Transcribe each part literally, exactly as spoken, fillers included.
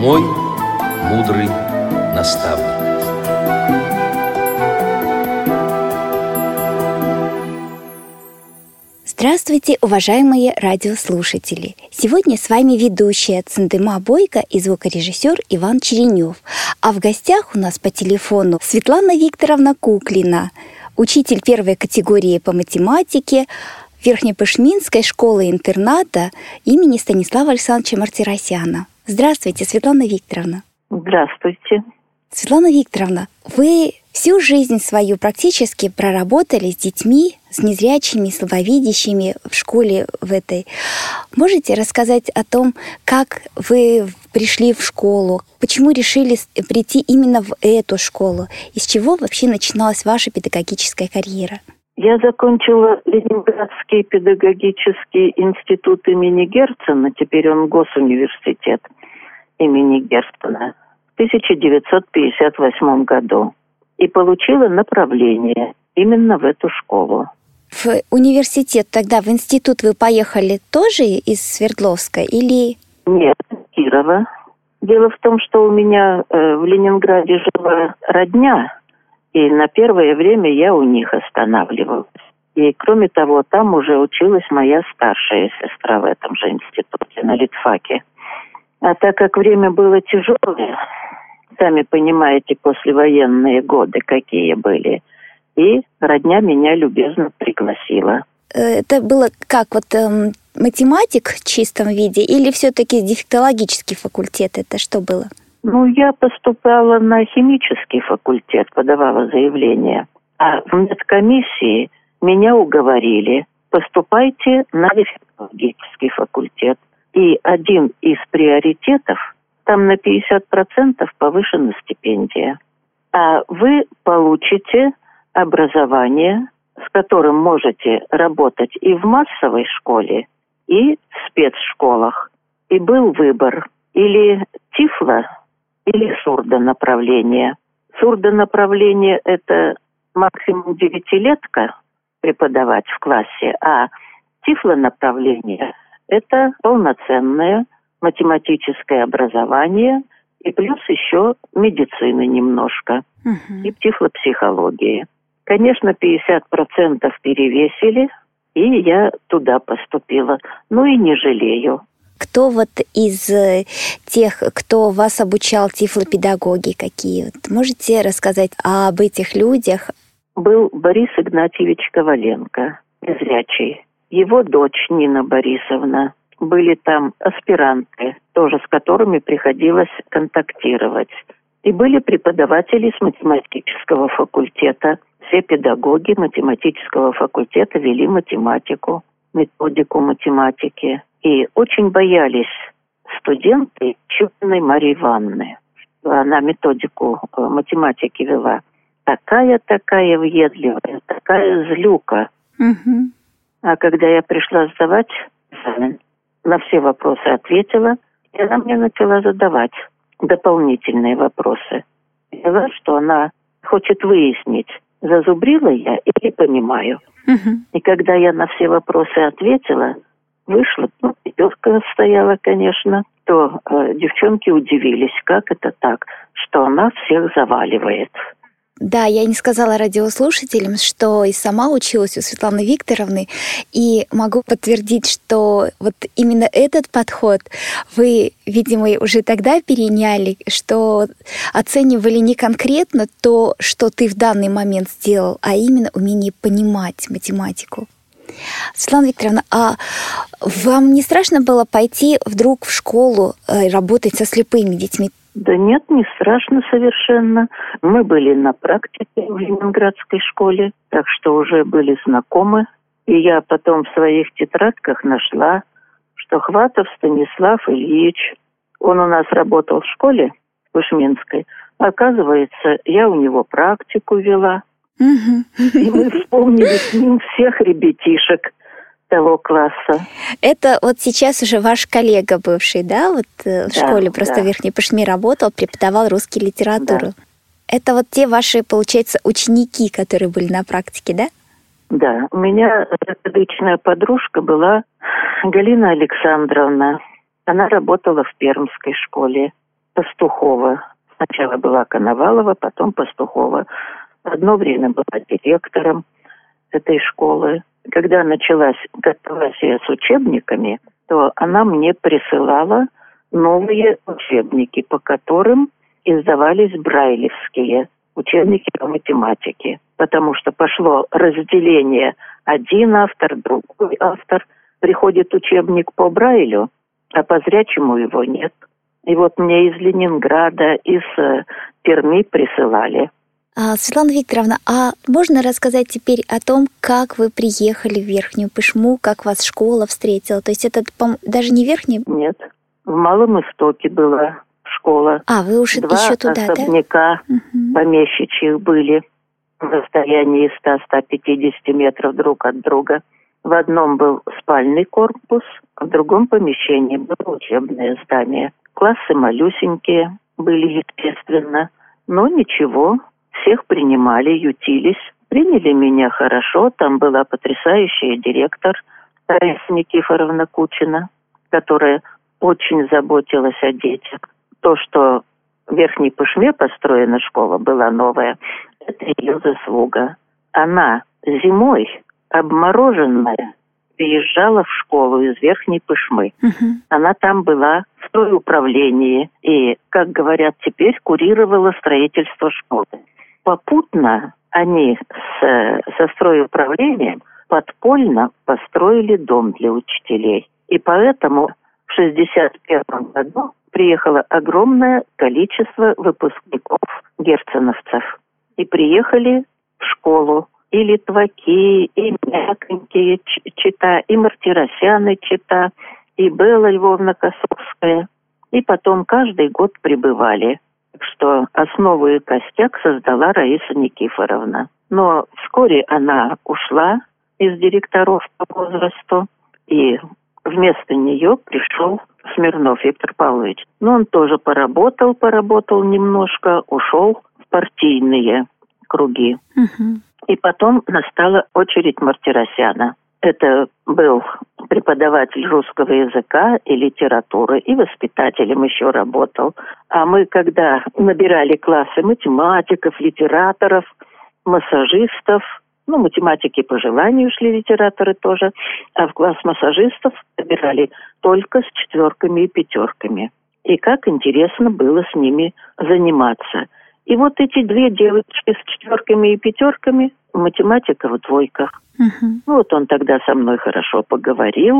Мой мудрый наставник. Здравствуйте, уважаемые радиослушатели! Сегодня с вами ведущая Цендыма Бойко и звукорежиссер Иван Черенев. А в гостях у нас по телефону Светлана Викторовна Куклина, учитель первой категории по математике Верхнепышминской школы-интерната имени Станислава Александровича Мартиросяна. Здравствуйте, Светлана Викторовна. Здравствуйте. Светлана Викторовна, вы всю жизнь свою практически проработали с детьми, с незрячими, слабовидящими в школе в этой. Можете рассказать о том, как вы пришли в школу, почему решили прийти именно в эту школу, и с чего вообще начиналась ваша педагогическая карьера? Я закончила Ленинградский педагогический институт имени Герцена, теперь он госуниверситет имени Герцена, в тысяча девятьсот пятьдесят восьмом году и получила направление именно в эту школу. В университет тогда, в институт вы поехали тоже из Свердловска или... Нет, Кирова. Дело в том, что у меня э, в Ленинграде жила родня, и на первое время я у них останавливалась. И кроме того, там уже училась моя старшая сестра в этом же институте, на литфаке. А так как время было тяжелое, сами понимаете, послевоенные годы какие были, и родня меня любезно пригласила. Это было как, вот эм, математик в чистом виде или все-таки дефектологический факультет? Это что было? Ну, я поступала на химический факультет, подавала заявление. А в медкомиссии меня уговорили: поступайте на дефектологический факультет. И один из приоритетов, там на пятьдесят процентов повышена стипендия. А вы получите образование, с которым можете работать и в массовой школе, и в спецшколах. И был выбор: или тифло, или сурдонаправление. Сурдонаправление – это максимум девятилетка преподавать в классе, а тифлонаправление – это полноценное математическое образование и плюс еще медицины немножко, uh-huh. и тифлопсихологии. Конечно, пятьдесят процентов перевесили, и я туда поступила. Ну и не жалею. Кто вот из тех, кто вас обучал тифлопедагогии, какие? Вот можете рассказать об этих людях? Был Борис Игнатьевич Коваленко, незрячий. Его дочь Нина Борисовна. Были там аспиранты, тоже с которыми приходилось контактировать. И были преподаватели с математического факультета. Все педагоги математического факультета вели математику, методику математики. И очень боялись студенты Чупиной Марии Ивановны. Она методику математики вела. Такая-такая въедливая, такая злюка. Угу. А когда я пришла сдавать экзамен, на все вопросы ответила, и она мне начала задавать дополнительные вопросы. Поняла, что она хочет выяснить, зазубрила я или понимаю. Угу. И когда я на все вопросы ответила, вышла, ну, пятерка стояла, конечно, то э, девчонки удивились, как это так, что она всех заваливает. Да, я не сказала радиослушателям, что и сама училась у Светланы Викторовны, и могу подтвердить, что вот именно этот подход вы, видимо, уже тогда переняли, что оценивали не конкретно то, что ты в данный момент сделал, а именно умение понимать математику. Светлана Викторовна, а вам не страшно было пойти вдруг в школу работать со слепыми детьми? Да нет, не страшно совершенно. Мы были на практике в Ленинградской школе, так что уже были знакомы. И я потом в своих тетрадках нашла, что Хватов Станислав Ильич, он у нас работал в школе Пышминской. Оказывается, я у него практику вела. Угу. И мы вспомнили с ним всех ребятишек того класса. Это вот сейчас уже ваш коллега бывший, да, вот в да, школе просто да. в Верхней Пышме работал, преподавал русский литературу. Да. Это вот те ваши, получается, ученики, которые были на практике, да? Да, у меня личная подружка была Галина Александровна. Она работала в Пермской школе. Пастухова. Сначала была Коновалова, потом Пастухова. Одно время была директором этой школы. Когда началась катавасия с учебниками, то она мне присылала новые учебники, по которым издавались брайлевские учебники по математике. Потому что пошло разделение: один автор, другой автор. Приходит учебник по Брайлю, а по зрячему его нет. И вот мне из Ленинграда, из э, Перми присылали. А, Светлана Викторовна, а можно рассказать теперь о том, как вы приехали в Верхнюю Пышму, как вас школа встретила? То есть это даже не Верхняя? Нет, в Малом Истоке была школа. А, вы уж Два еще туда, особняка да? Угу. помещичьих были в расстоянии сто - сто пятьдесят метров друг от друга. В одном был спальный корпус, а в другом помещении было учебное здание. Классы малюсенькие были, естественно, но ничего, всех принимали, ютились. Приняли меня хорошо, там была потрясающая директор Раиса Никифоровна Кучина, которая очень заботилась о детях. То, что в Верхней Пышме построена школа, была новая, это ее заслуга. Она зимой, обмороженная, приезжала в школу из Верхней Пышмы. Uh-huh. Она там была в стройуправлении и, как говорят теперь, курировала строительство школы. Попутно они с, со стройуправлением подпольно построили дом для учителей. И поэтому в шестьдесят первом году приехало огромное количество выпускников герценовцев. И приехали в школу и литваки, и мяконькие чита, и Мартиросяны чита, и Белла Львовна Косовская. И потом каждый год прибывали. Так что основу и костяк создала Раиса Никифоровна. Но вскоре она ушла из директоров по возрасту, и вместо нее пришел Смирнов Виктор Павлович. Но он тоже поработал, поработал немножко, ушел в партийные круги. Угу. И потом настала очередь Мартиросяна. Это был преподаватель русского языка и литературы, и воспитателем еще работал. А мы, когда набирали классы математиков, литераторов, массажистов, ну, математики по желанию шли, литераторы тоже, а в класс массажистов набирали только с четверками и пятерками. И как интересно было с ними заниматься. И вот эти две девочки с четверками и пятерками, математика в двойках. Uh-huh. Ну, вот он тогда со мной хорошо поговорил,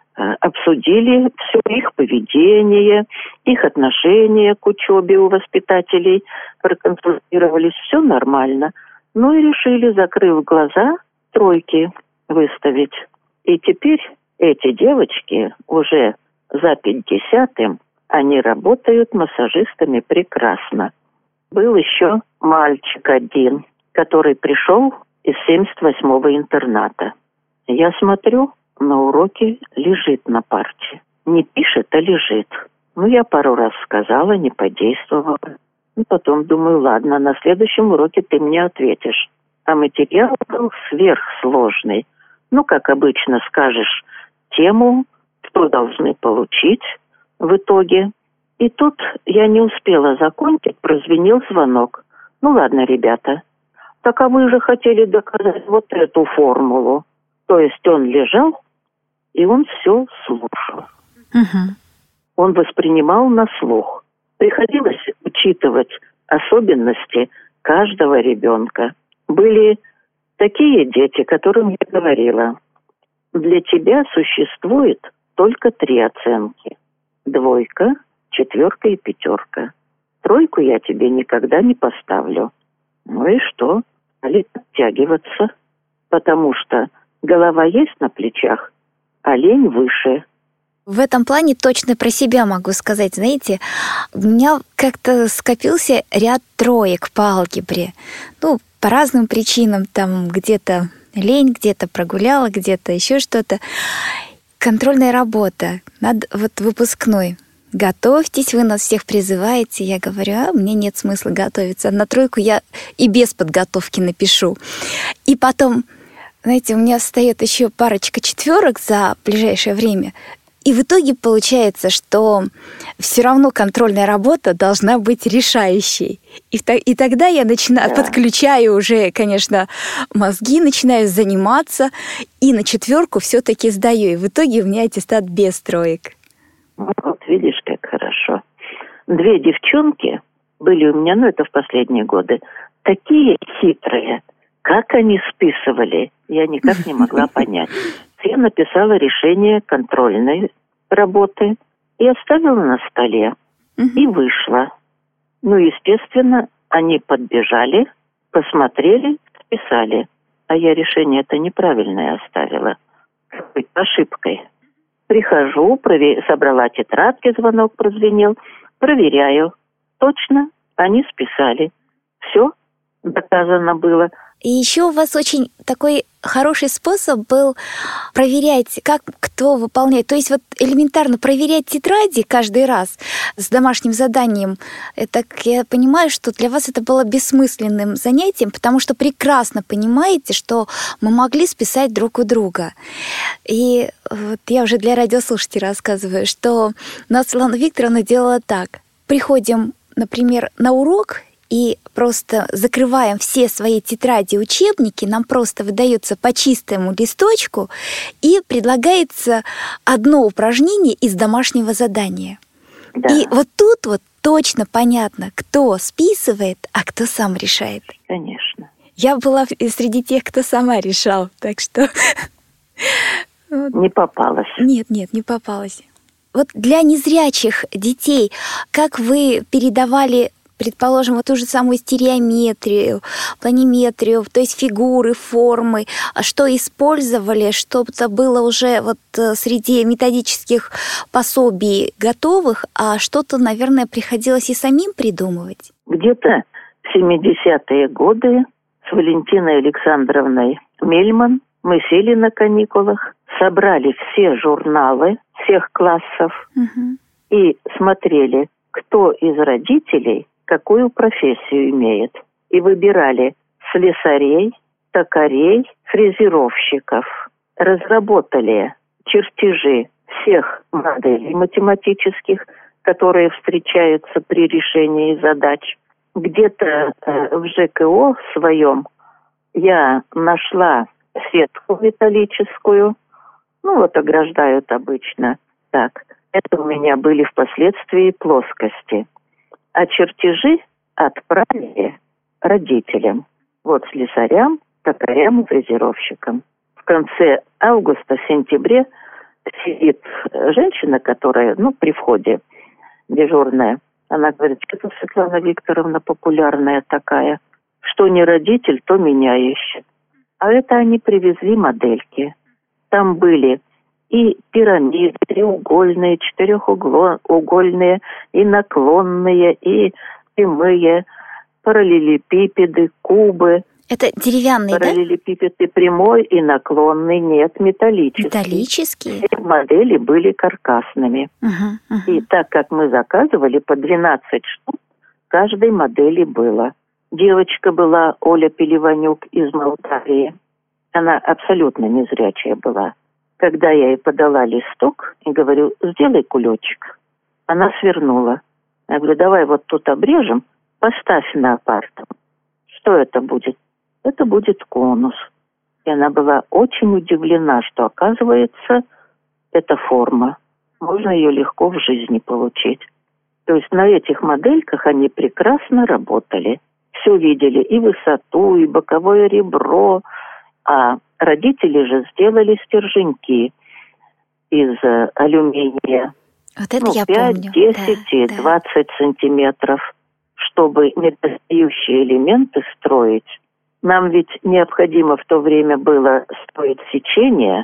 обсудили все их поведение, их отношение к учебе у воспитателей, проконсультировались, все нормально. Ну и решили, закрыв глаза, тройки выставить. И теперь эти девочки уже за пятьдесятым, они работают массажистами прекрасно. Был еще мальчик один, который пришел из семьдесят восьмого интерната. Я смотрю, на уроке лежит на парте. Не пишет, а лежит. Ну, я пару раз сказала, не подействовала. Ну, потом думаю, ладно, на следующем уроке ты мне ответишь. А материал был сверхсложный. Ну, как обычно, скажешь тему, что должны получить в итоге. И тут я не успела закончить, прозвенел звонок. Ну, ладно, ребята, так а вы же хотели доказать вот эту формулу. То есть он лежал, и он все слушал. Угу. Он воспринимал на слух. Приходилось учитывать особенности каждого ребенка. Были такие дети, которым я говорила, для тебя существует только три оценки. Двойка, четверка и пятерка. Тройку я тебе никогда не поставлю. Ну и что? Стали подтягиваться, потому что голова есть на плечах, а лень выше. В этом плане точно про себя могу сказать. Знаете, у меня как-то скопился ряд троек по алгебре. Ну, по разным причинам. Там где-то лень, где-то прогуляла, где-то еще что-то. Контрольная работа, надо, вот выпускной. Готовьтесь, вы нас всех призываете. Я говорю, а мне нет смысла готовиться. На тройку я и без подготовки напишу. И потом, знаете, у меня встает еще парочка четверок за ближайшее время. И в итоге получается, что все равно контрольная работа должна быть решающей. И, и тогда я начинаю, да. подключаю уже, конечно, мозги, начинаю заниматься, и на четверку все-таки сдаю. И в итоге у меня аттестат без троек. Вот видишь, как хорошо. Две девчонки были у меня, ну это в последние годы, такие хитрые. Как они списывали, я никак не могла понять. Я написала решение контрольной работы и оставила на столе. И вышла. Ну, естественно, они подбежали, посмотрели, списали. А я решение это неправильное оставила. Какой-то ошибкой. Прихожу, провер... собрала тетрадки, звонок прозвенел. Проверяю. Точно, они списали. Все доказано было. И еще у вас очень такой хороший способ был проверять, как кто выполняет. То есть вот элементарно проверять тетради каждый раз с домашним заданием. Это, я понимаю, что для вас это было бессмысленным занятием, потому что прекрасно понимаете, что мы могли списать друг у друга. И вот я уже для радиослушателей рассказываю, что у нас Светлана Викторовна делала так. Приходим, например, на урок, и просто закрываем все свои тетради, учебники, нам просто выдается по чистому листочку и предлагается одно упражнение из домашнего задания. Да. И вот тут вот точно понятно, кто списывает, а кто сам решает. Конечно. Я была среди тех, кто сама решал, так что... Не попалась. Нет, нет, не попалась. Вот для незрячих детей, как вы передавали, предположим, вот ту же самую стереометрию, планиметрию, то есть фигуры, формы, что использовали, что-то было уже вот среди методических пособий готовых, а что-то, наверное, приходилось и самим придумывать? Где-то в семидесятые годы с Валентиной Александровной Мельман мы сели на каникулах, собрали все журналы всех классов угу. и смотрели, кто из родителей какую профессию имеет. И выбирали слесарей, токарей, фрезеровщиков. Разработали чертежи всех моделей математических, которые встречаются при решении задач. Где-то э, в ЖКО своем я нашла сетку металлическую, ну вот ограждают обычно так. Это у меня были впоследствии плоскости. А чертежи отправили родителям. Вот слесарям, токарям и фрезеровщикам. В конце августа, в сентябре сидит женщина, которая, ну, при входе дежурная. Она говорит, что Светлана Викторовна популярная такая, что не родитель, то меня ищет. А это они привезли модельки. Там были и пирамиды, треугольные, четырехугольные, и наклонные, и прямые, параллелепипеды, кубы. Это деревянные, параллелепипед и прямой, и наклонный, нет, металлический. Металлические? Все модели были каркасными. Угу, угу. И так как мы заказывали, по двенадцать штук каждой модели было. Девочка была Оля Пеливанюк из Молдавии. Она абсолютно незрячая была. Когда я ей подала листок и говорю, сделай кулечек, она свернула. Я говорю, давай вот тут обрежем, поставь на апартам. Что это будет? Это будет конус. И она была очень удивлена, что, оказывается, это форма. Можно ее легко в жизни получить. То есть на этих модельках они прекрасно работали. Все видели, и высоту, и боковое ребро. А родители же сделали стерженьки из э, алюминия. Вот это ну, я пять, помню. десять да, и двадцать да. сантиметров, чтобы недостающие элементы строить. Нам ведь необходимо в то время было строить сечение,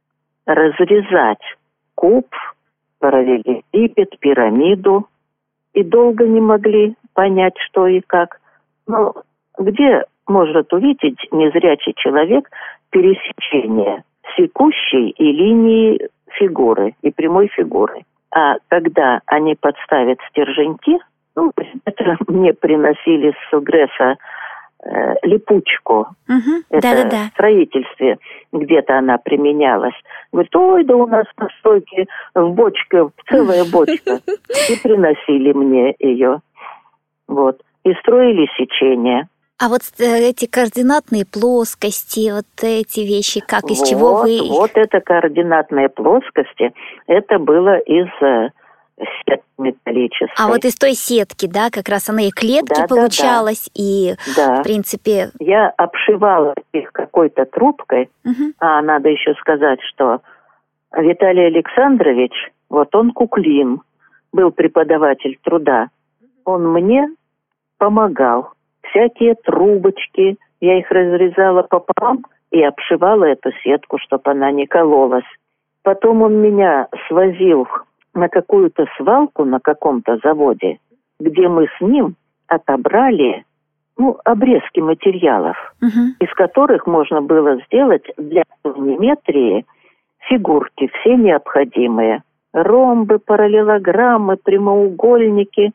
разрезать куб, параллелепипед, пирамиду. И долго не могли понять, что и как. Но где может увидеть незрячий человек пересечение секущей и линии фигуры, и прямой фигуры? А когда они подставят стерженьки, ну, это мне приносили с Сугресса э, липучку. Угу. Это Да-да-да. в строительстве где-то она применялась. Говорит, ой, да у нас на стойке в бочке, целая бочка. И приносили мне ее. Вот. И строили сечение. А вот эти координатные плоскости, вот эти вещи, как, из вот, чего вы... Вот это координатные плоскости, это было из э, сетки металлической. А вот из той сетки, да, как раз она и клетки да, получалась, да, да. и, да. в принципе... Я обшивала их какой-то трубкой, угу. а надо еще сказать, что Виталий Александрович, вот он Куклин, был преподаватель труда, он мне помогал. Всякие трубочки, я их разрезала пополам и обшивала эту сетку, чтобы она не кололась. Потом он меня свозил на какую-то свалку на каком-то заводе, где мы с ним отобрали ну, обрезки материалов, угу. из которых можно было сделать для турниметрии фигурки, все необходимые. Ромбы, параллелограммы, прямоугольники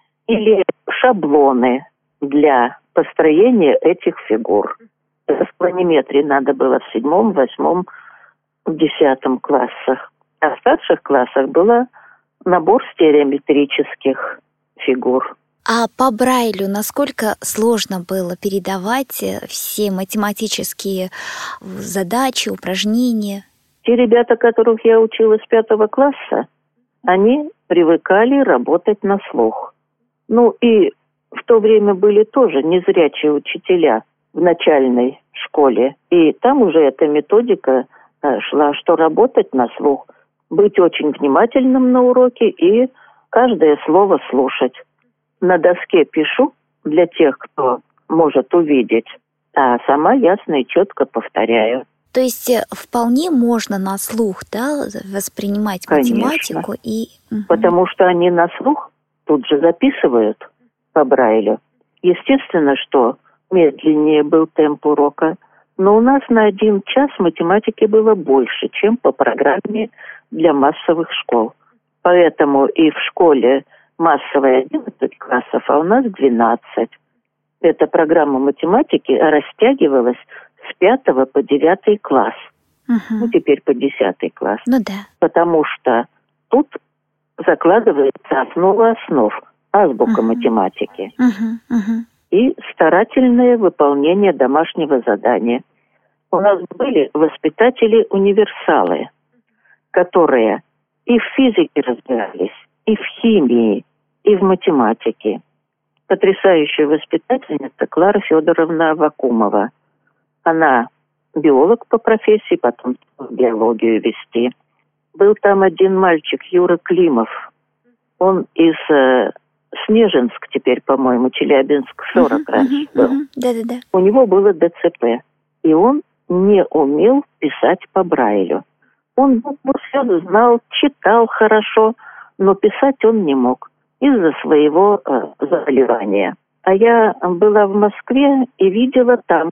или шаблоны для построения этих фигур. В планиметрии надо было в седьмом, восьмом, в десятом классах. А в старших классах был набор стереометрических фигур. А по Брайлю насколько сложно было передавать все математические задачи, упражнения? Те ребята, которых я учила с пятого класса, они привыкали работать на слух. Ну и в то время были тоже незрячие учителя в начальной школе. И там уже эта методика шла, что работать на слух, быть очень внимательным на уроке и каждое слово слушать. На доске пишу для тех, кто может увидеть, а сама ясно и четко повторяю. То есть вполне можно на слух, да, воспринимать Конечно. Математику и... Угу. Потому что они на слух тут же записывают по Брайлю. Естественно, что медленнее был темп урока, но у нас на один час математики было больше, чем по программе для массовых школ. Поэтому и в школе массовой одиннадцать классов, а у нас двенадцать. Эта программа математики растягивалась с пятого по девятый класс. Угу. Ну, теперь по десятый класс. Ну да. Потому что тут закладывается основа основ, азбука угу. математики. Угу. Угу. И старательное выполнение домашнего задания. У нас были воспитатели-универсалы, которые и в физике разбирались, и в химии, и в математике. Потрясающая воспитательница Клара Федоровна Авакумова. Она биолог по профессии, потом биологию вести. Был там один мальчик, Юра Климов. Он из э, Снежинск теперь, по-моему, Челябинск, сорок uh-huh, раньше uh-huh, был. Uh-huh. Да-да-да. У него было ДЦП, и он не умел писать по Брайлю. Он букву все знал, читал хорошо, но писать он не мог из-за своего э, заболевания. А я была в Москве и видела там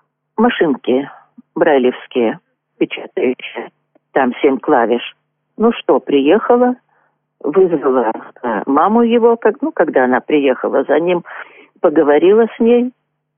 машинки брайлевские, печатающие. Там семь клавиш. Ну что, приехала, вызвала э, маму его, как, ну, когда она приехала за ним, поговорила с ней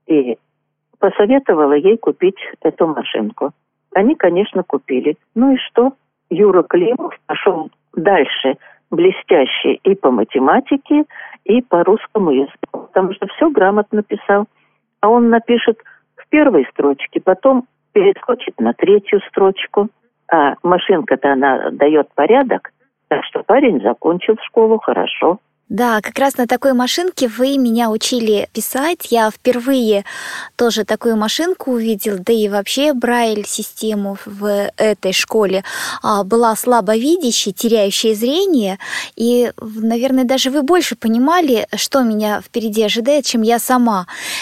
и посоветовала ей купить эту машинку. Они, конечно, купили. Ну и что? Юра Климов пошел дальше, блестяще и по математике, и по русскому языку, потому что все грамотно писал. А он напишет в первой строчке, потом перескочит на третью строчку. А машинка-то она дает порядок, так что парень закончил школу хорошо. Да, как раз на такой машинке вы меня учили писать. Я впервые тоже такую машинку увидела, да и вообще Брайль-систему в этой школе. Была слабовидящей, теряющей зрение, и, наверное, даже вы больше понимали, что меня впереди ожидает, чем я сама.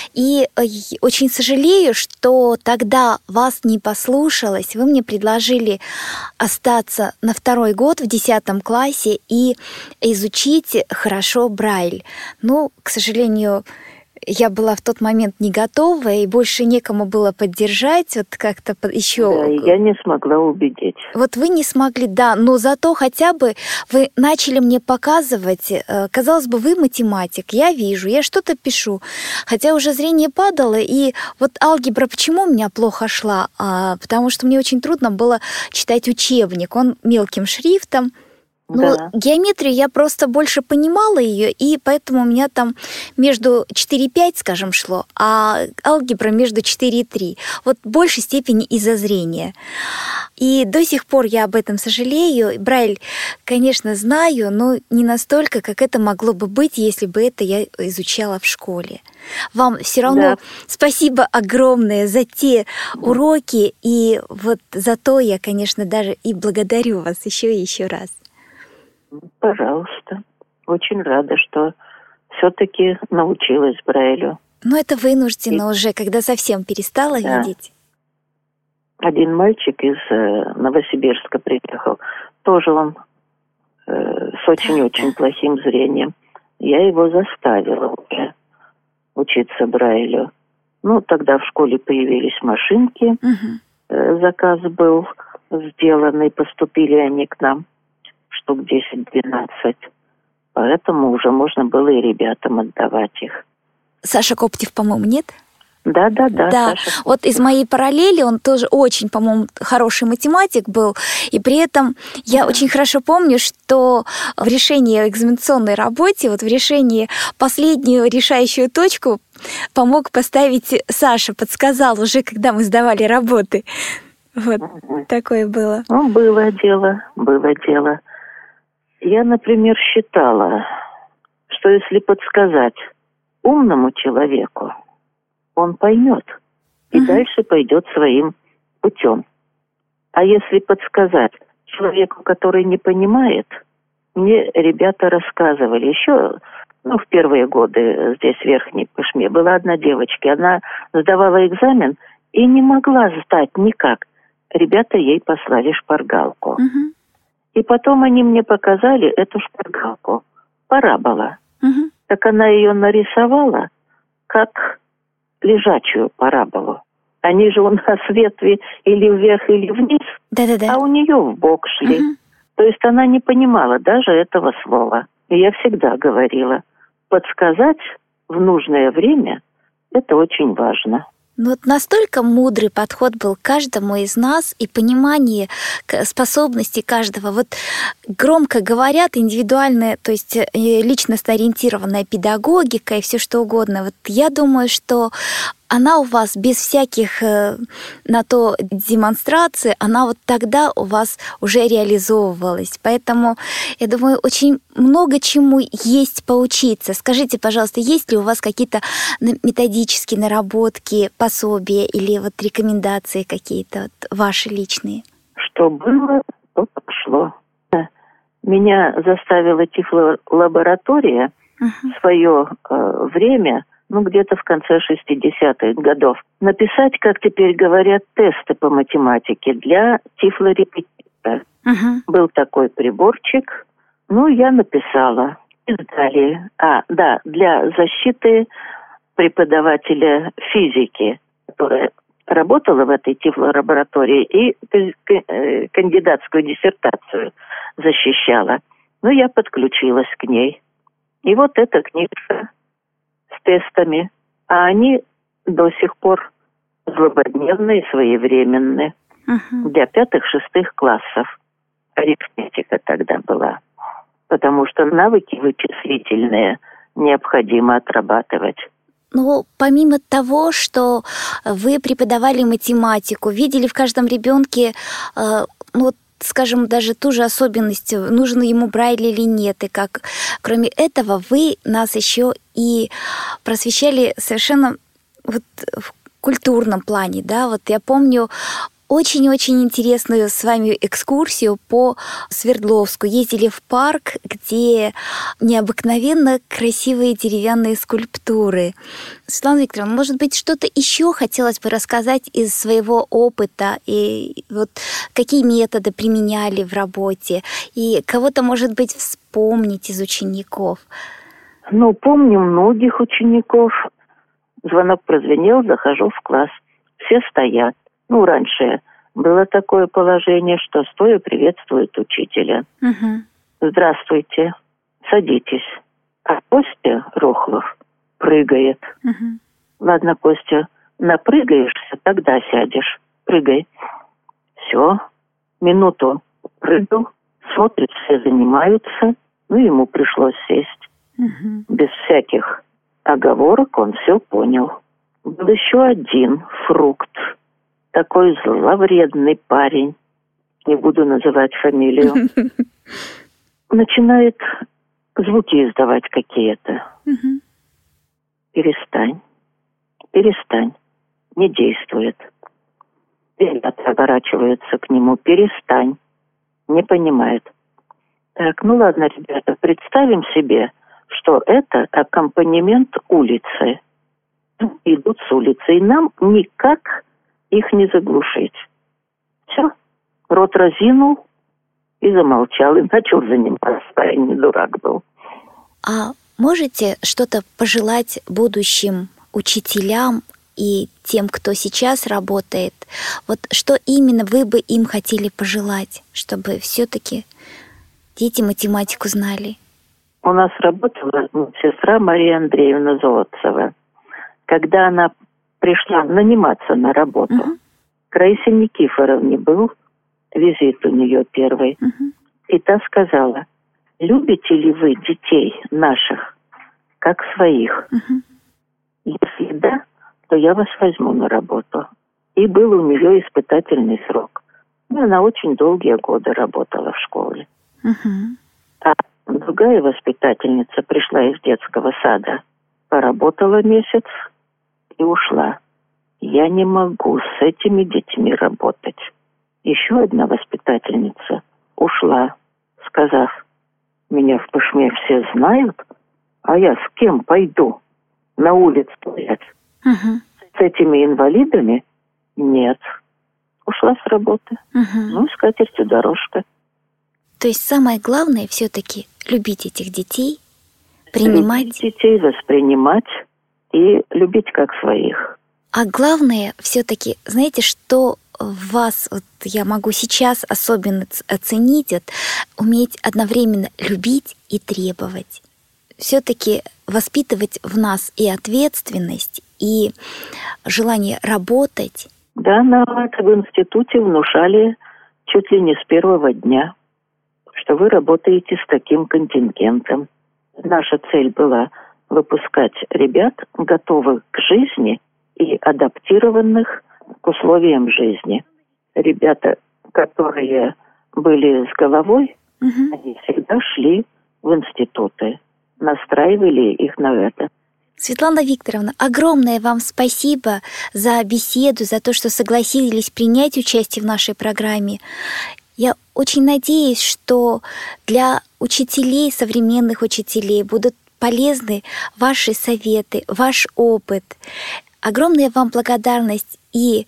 И очень сожалею, что тогда вас не послушалась. Вы мне предложили остаться на второй год в десятом классе и изучить хорошо Брайль. Ну, к сожалению, я была в тот момент не готова, и больше некому было поддержать, вот как-то еще... Да, я не смогла убедить. Вот вы не смогли, да, но зато хотя бы вы начали мне показывать, казалось бы, вы математик, я вижу, я что-то пишу, хотя уже зрение падало, и вот алгебра почему у меня плохо шла? А, потому что мне очень трудно было читать учебник, он мелким шрифтом. Но Да. геометрию я просто больше понимала ее, и поэтому у меня там между четыре и пять, скажем, шло, а алгебра между четыре и три. Вот в большей степени из-за зрения. И до сих пор я об этом сожалею. Брайль, конечно, знаю, но не настолько, как это могло бы быть, если бы это я изучала в школе. Вам все равно Да. спасибо огромное за те уроки, и вот за то я, конечно, даже и благодарю вас еще и еще раз. Пожалуйста. Очень рада, что все-таки научилась Брайлю. Но это вынужденно уже, когда совсем перестала Да. видеть. Один мальчик из э, Новосибирска приехал. Тоже он э, с очень-очень плохим зрением. Я его заставила уже учиться Брайлю. Ну, тогда в школе появились машинки. Мгм. Э, заказ был сделанный, поступили они к нам. Штук десять-двенадцать. Поэтому уже можно было и ребятам отдавать их. Саша Коптев, по-моему, нет? Да-да-да. Да, Саша вот из моей параллели он тоже очень, по-моему, хороший математик был, и при этом я Да. очень хорошо помню, что в решении экзаменационной работе, вот в решении последнюю решающую точку помог поставить Саша, подсказал уже, когда мы сдавали работы. Вот Мгм. такое было. Ну, было дело, было дело. Я, например, считала, что если подсказать умному человеку, он поймет и Мгм. дальше пойдет своим путем. А если подсказать человеку, который не понимает, мне ребята рассказывали еще, ну, в первые годы здесь в Верхней Пышме была одна девочка, она сдавала экзамен и не могла сдать никак. Ребята ей послали шпаргалку. Мгм. И потом они мне показали эту шпаргалку. Парабола. Мгм. Так она ее нарисовала как лежачую параболу. Они же у нас ветви или вверх, или вниз, Да-да-да. а у нее в бок шли. Мгм. То есть она не понимала даже этого слова. И я всегда говорила, подсказать в нужное время – это очень важно. Ну вот настолько мудрый подход был к каждому из нас и понимание к- способностей каждого. Вот громко говорят индивидуальная, то есть э, личностно-ориентированная педагогика и все что угодно. Вот я думаю, что она у вас без всяких э, на то демонстраций, она вот тогда у вас уже реализовывалась. Поэтому, я думаю, очень много чему есть поучиться. Скажите, пожалуйста, есть ли у вас какие-то на- методические наработки, пособия или вот рекомендации какие-то вот ваши личные? Что было, то пошло. Меня заставила тифлолаборатория Мгм. в свое э, время, ну, где-то в конце шестидесятых годов, написать, как теперь говорят, тесты по математике для тифлорепетитора. Мгм. Был такой приборчик, ну, я написала. И сдали. А, да, для защиты преподавателя физики, которая работала в этой тифлолаборатории и к- кандидатскую диссертацию защищала. Ну, я подключилась к ней. И вот эта книжка с тестами, а они до сих пор злободневные, своевременные, Мгм. для пятых-шестых классов. Арифметика тогда была. Потому что навыки вычислительные необходимо отрабатывать. Ну, помимо того, что вы преподавали математику, видели в каждом ребенке, э, ну, вот, скажем, даже ту же особенность, нужен ему Брайль или нет, и как, кроме этого, вы нас еще и просвещали совершенно вот в культурном плане, да, вот я помню очень-очень интересную с вами экскурсию по Свердловску. Ездили в парк, где необыкновенно красивые деревянные скульптуры. Светлана Викторовна, может быть, что-то еще хотелось бы рассказать из своего опыта, и вот какие методы применяли в работе, и кого-то, может быть, вспомнить из учеников? Ну, помню многих учеников. Звонок прозвенел, захожу в класс. Все стоят. Ну, раньше было такое положение, что стоя приветствует учителя. Угу. Здравствуйте, садитесь. А Костя Рохлов прыгает. Угу. Ладно, Костя, напрыгаешься, тогда сядешь. Прыгай. Все. Минуту прыгал, смотрит, все занимаются. Ну, ему пришлось сесть. Угу. Без всяких оговорок он все понял. Был еще один фрукт. Такой зловредный парень. Не буду называть фамилию. Начинает звуки издавать какие-то. Угу. Перестань. Перестань. Не действует. Ребята оборачиваются к нему. Перестань. Не понимает. Так, ну ладно, ребята, представим себе, что это аккомпанемент улицы. Идут с улицы, и нам никак их не заглушить. Все. Рот разинул и замолчал, и начал заниматься. Парень не дурак был. А можете что-то пожелать будущим учителям и тем, кто сейчас работает? Вот что именно вы бы им хотели пожелать, чтобы все-таки дети математику знали? У нас работала сестра Мария Андреевна Золотцева. Когда она пришла наниматься на работу, uh-huh. к Раисе Никифоровне был визит у нее первый. Uh-huh. И та сказала: любите ли вы детей наших, как своих? Uh-huh. Если да, то я вас возьму на работу. И был у нее испытательный срок. И она очень долгие годы работала в школе. Uh-huh. А другая воспитательница пришла из детского сада, поработала месяц и ушла. Я не могу с этими детьми работать. Еще одна воспитательница ушла, сказав: меня в Пышме все знают, а я с кем пойду на улицу гулять? Uh-huh. С этими инвалидами? Нет. Ушла с работы. Uh-huh. Ну, с катертью дорожка. То есть самое главное все-таки любить этих детей, принимать... Любить детей, воспринимать и любить как своих. А главное все-таки, знаете, что в вас, вот я могу сейчас особенно оценить, вот, уметь одновременно любить и требовать. Все-таки воспитывать в нас и ответственность, и желание работать. Да, нам это в институте внушали чуть ли не с первого дня, что вы работаете с таким контингентом. Наша цель была выпускать ребят, готовых к жизни и адаптированных к условиям жизни. Ребята, которые были с головой, Угу. они всегда шли в институты, настраивали их на это. Светлана Викторовна, огромное вам спасибо за беседу, за то, что согласились принять участие в нашей программе. Я очень надеюсь, что для учителей, современных учителей, будут полезны ваши советы, ваш опыт. Огромная вам благодарность и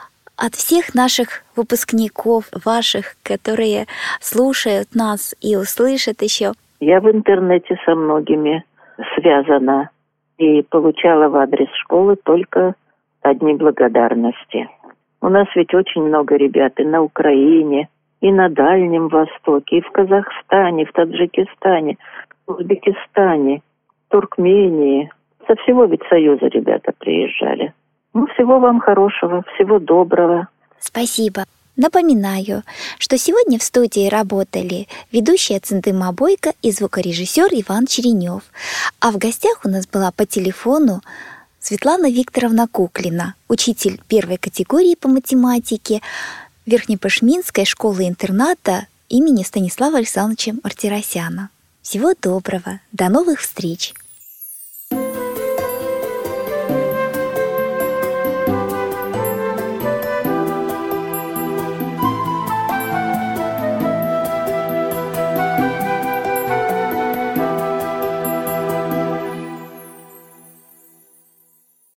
от всех наших выпускников, ваших, которые слушают нас и услышат еще. Я в интернете со многими связана и получала в адрес школы только одни благодарности. У нас ведь очень много ребят и на Украине, и на Дальнем Востоке, и в Казахстане, в Таджикистане, в Узбекистане, в Туркмении. Со всего ведь Союза ребята приезжали. Ну, всего вам хорошего, всего доброго. Спасибо. Напоминаю, что сегодня в студии работали ведущая Центыма Бойко и звукорежиссер Иван Черенев. А в гостях у нас была по телефону Светлана Викторовна Куклина, учитель первой категории по математике Верхнепышминской школы-интерната имени Станислава Александровича Мартиросяна. Всего доброго. До новых встреч!